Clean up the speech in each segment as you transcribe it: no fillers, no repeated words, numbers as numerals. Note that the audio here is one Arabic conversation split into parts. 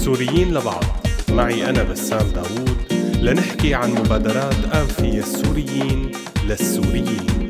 سوريين لبعض، معي أنا بسام داوود، لنحكي عن مبادرات آنفية السوريين للسوريين.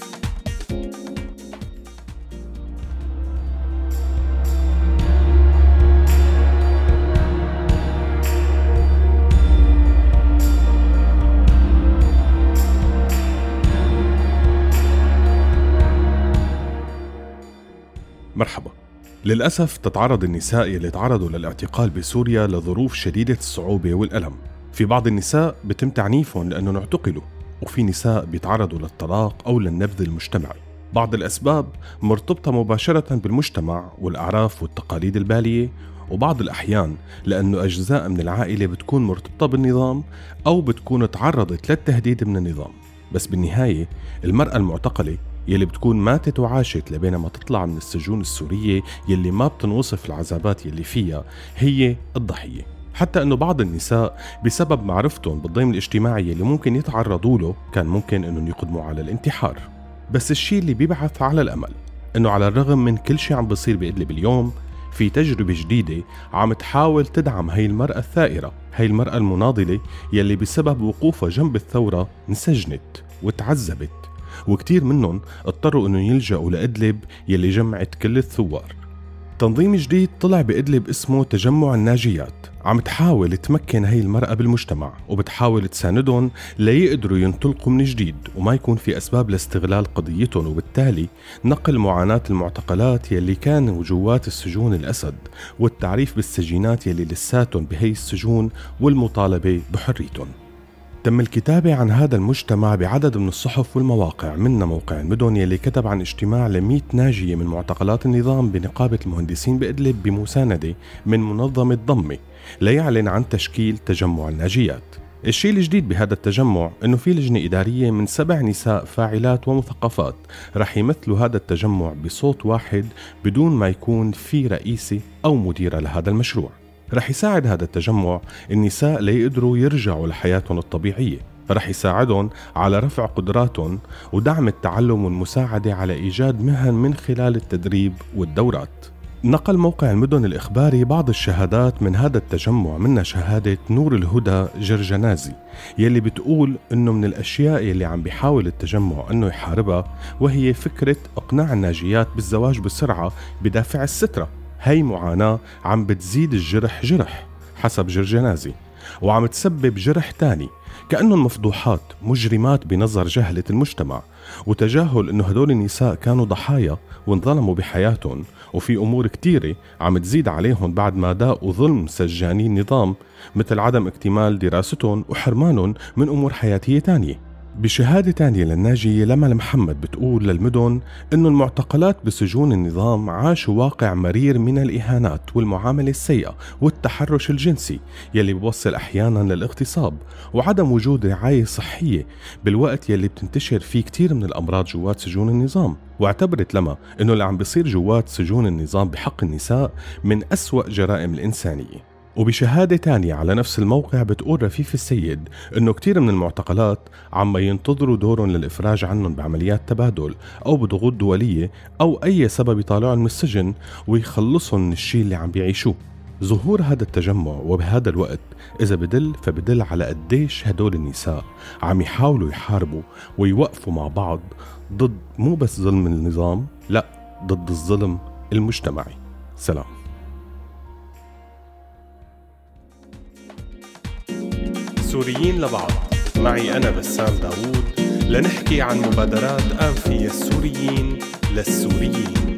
مرحبا. للأسف تتعرض النساء يلي تعرضوا للاعتقال بسوريا لظروف شديدة الصعوبة والألم. في بعض النساء بتم تعنيفهم لأنه اعتقلوا، وفي نساء بيتعرضوا للطلاق أو للنبذ المجتمعي. بعض الأسباب مرتبطة مباشرة بالمجتمع والأعراف والتقاليد البالية، وبعض الأحيان لأنه أجزاء من العائلة بتكون مرتبطة بالنظام أو بتكون تعرضت للتهديد من النظام. بس بالنهاية المرأة المعتقلة يلي بتكون ماتت وعاشت لبين ما تطلع من السجون السورية يلي ما بتنوصف العذابات يلي فيها هي الضحية. حتى أنه بعض النساء بسبب معرفتهم بالضيم الاجتماعي يلي ممكن يتعرضوا له كان ممكن أنهم يقدموا على الانتحار. بس الشيء اللي بيبعث على الأمل أنه على الرغم من كل شيء عم بصير بإدلب اليوم، في تجربة جديدة عم تحاول تدعم هاي المرأة الثائرة، هاي المرأة المناضلة يلي بسبب وقوفها جنب الثورة انسجنت وتعذبت، وكتير منهم اضطروا انه يلجأوا لإدلب يلي جمعت كل الثوار. تنظيم جديد طلع بإدلب اسمه تجمع الناجيات، عم تحاول تمكن هاي المرأة بالمجتمع وبتحاول تساندهم ليقدروا ينطلقوا من جديد وما يكون في أسباب لاستغلال قضيتهم، وبالتالي نقل معاناة المعتقلات يلي كانوا جوات السجون الأسد والتعريف بالسجينات يلي لساتهم بهي السجون والمطالبة بحريتهم. تم الكتابة عن هذا المجتمع بعدد من الصحف والمواقع، منها موقع المدن يلي كتب عن اجتماع ل100 ناجية من معتقلات النظام بنقابة المهندسين بإدلب بمساندة من منظمة ضمة ليعلن عن تشكيل تجمع الناجيات. الشيء الجديد بهذا التجمع انه في لجنة إدارية من 7 نساء فاعلات ومثقفات رح يمثلوا هذا التجمع بصوت واحد بدون ما يكون في رئيسة أو مديرة لهذا المشروع. رح يساعد هذا التجمع النساء ليقدروا يرجعوا لحياتهم الطبيعية، رح يساعدهم على رفع قدراتهم ودعم التعلم والمساعدة على إيجاد مهن من خلال التدريب والدورات. نقل موقع المدن الإخباري بعض الشهادات من هذا التجمع، منها شهادة نور الهدى جرجنازي يلي بتقول إنه من الأشياء يلي عم بيحاول التجمع إنه يحاربها وهي فكرة إقناع الناجيات بالزواج بسرعة بدافع السترة. هاي معاناة عم بتزيد الجرح جرح حسب جرجنازي، وعم تسبب جرح تاني كأنهم مفضوحات مجرمات بنظر جهلة المجتمع، وتجاهل إنه هدول النساء كانوا ضحايا وانظلموا بحياتهم، وفي أمور كتيرة عم تزيد عليهم بعد ما داقوا ظلم سجاني النظام، مثل عدم اكتمال دراستهم وحرمانهم من أمور حياتية تانية. بشهادة تانية للناجية لمى محمد بتقول للمدن إنه المعتقلات بسجون النظام عاشوا واقع مرير من الإهانات والمعاملة السيئة والتحرش الجنسي يلي بوصل أحيانا للاغتصاب وعدم وجود رعاية صحية بالوقت يلي بتنتشر فيه كتير من الأمراض جوات سجون النظام. واعتبرت لمى إنه اللي عم بيصير جوات سجون النظام بحق النساء من أسوأ جرائم الإنسانية. وبشهادة تانية على نفس الموقع بتقول رفيف السيد إنه كتير من المعتقلات عم ينتظروا دورهم للإفراج عنهم بعمليات تبادل أو بضغوط دولية أو أي سبب يطالعهم من السجن ويخلصهم من الشيء اللي عم بيعيشوه. ظهور هذا التجمع وبهذا الوقت إذا فبدل على قديش هدول النساء عم يحاولوا يحاربوا ويوقفوا مع بعض ضد مو بس ظلم النظام، لا، ضد الظلم المجتمعي. سلام. سوريين لبعض، معي أنا بسام داوود، لنحكي عن مبادرات آنفية السوريين للسوريين.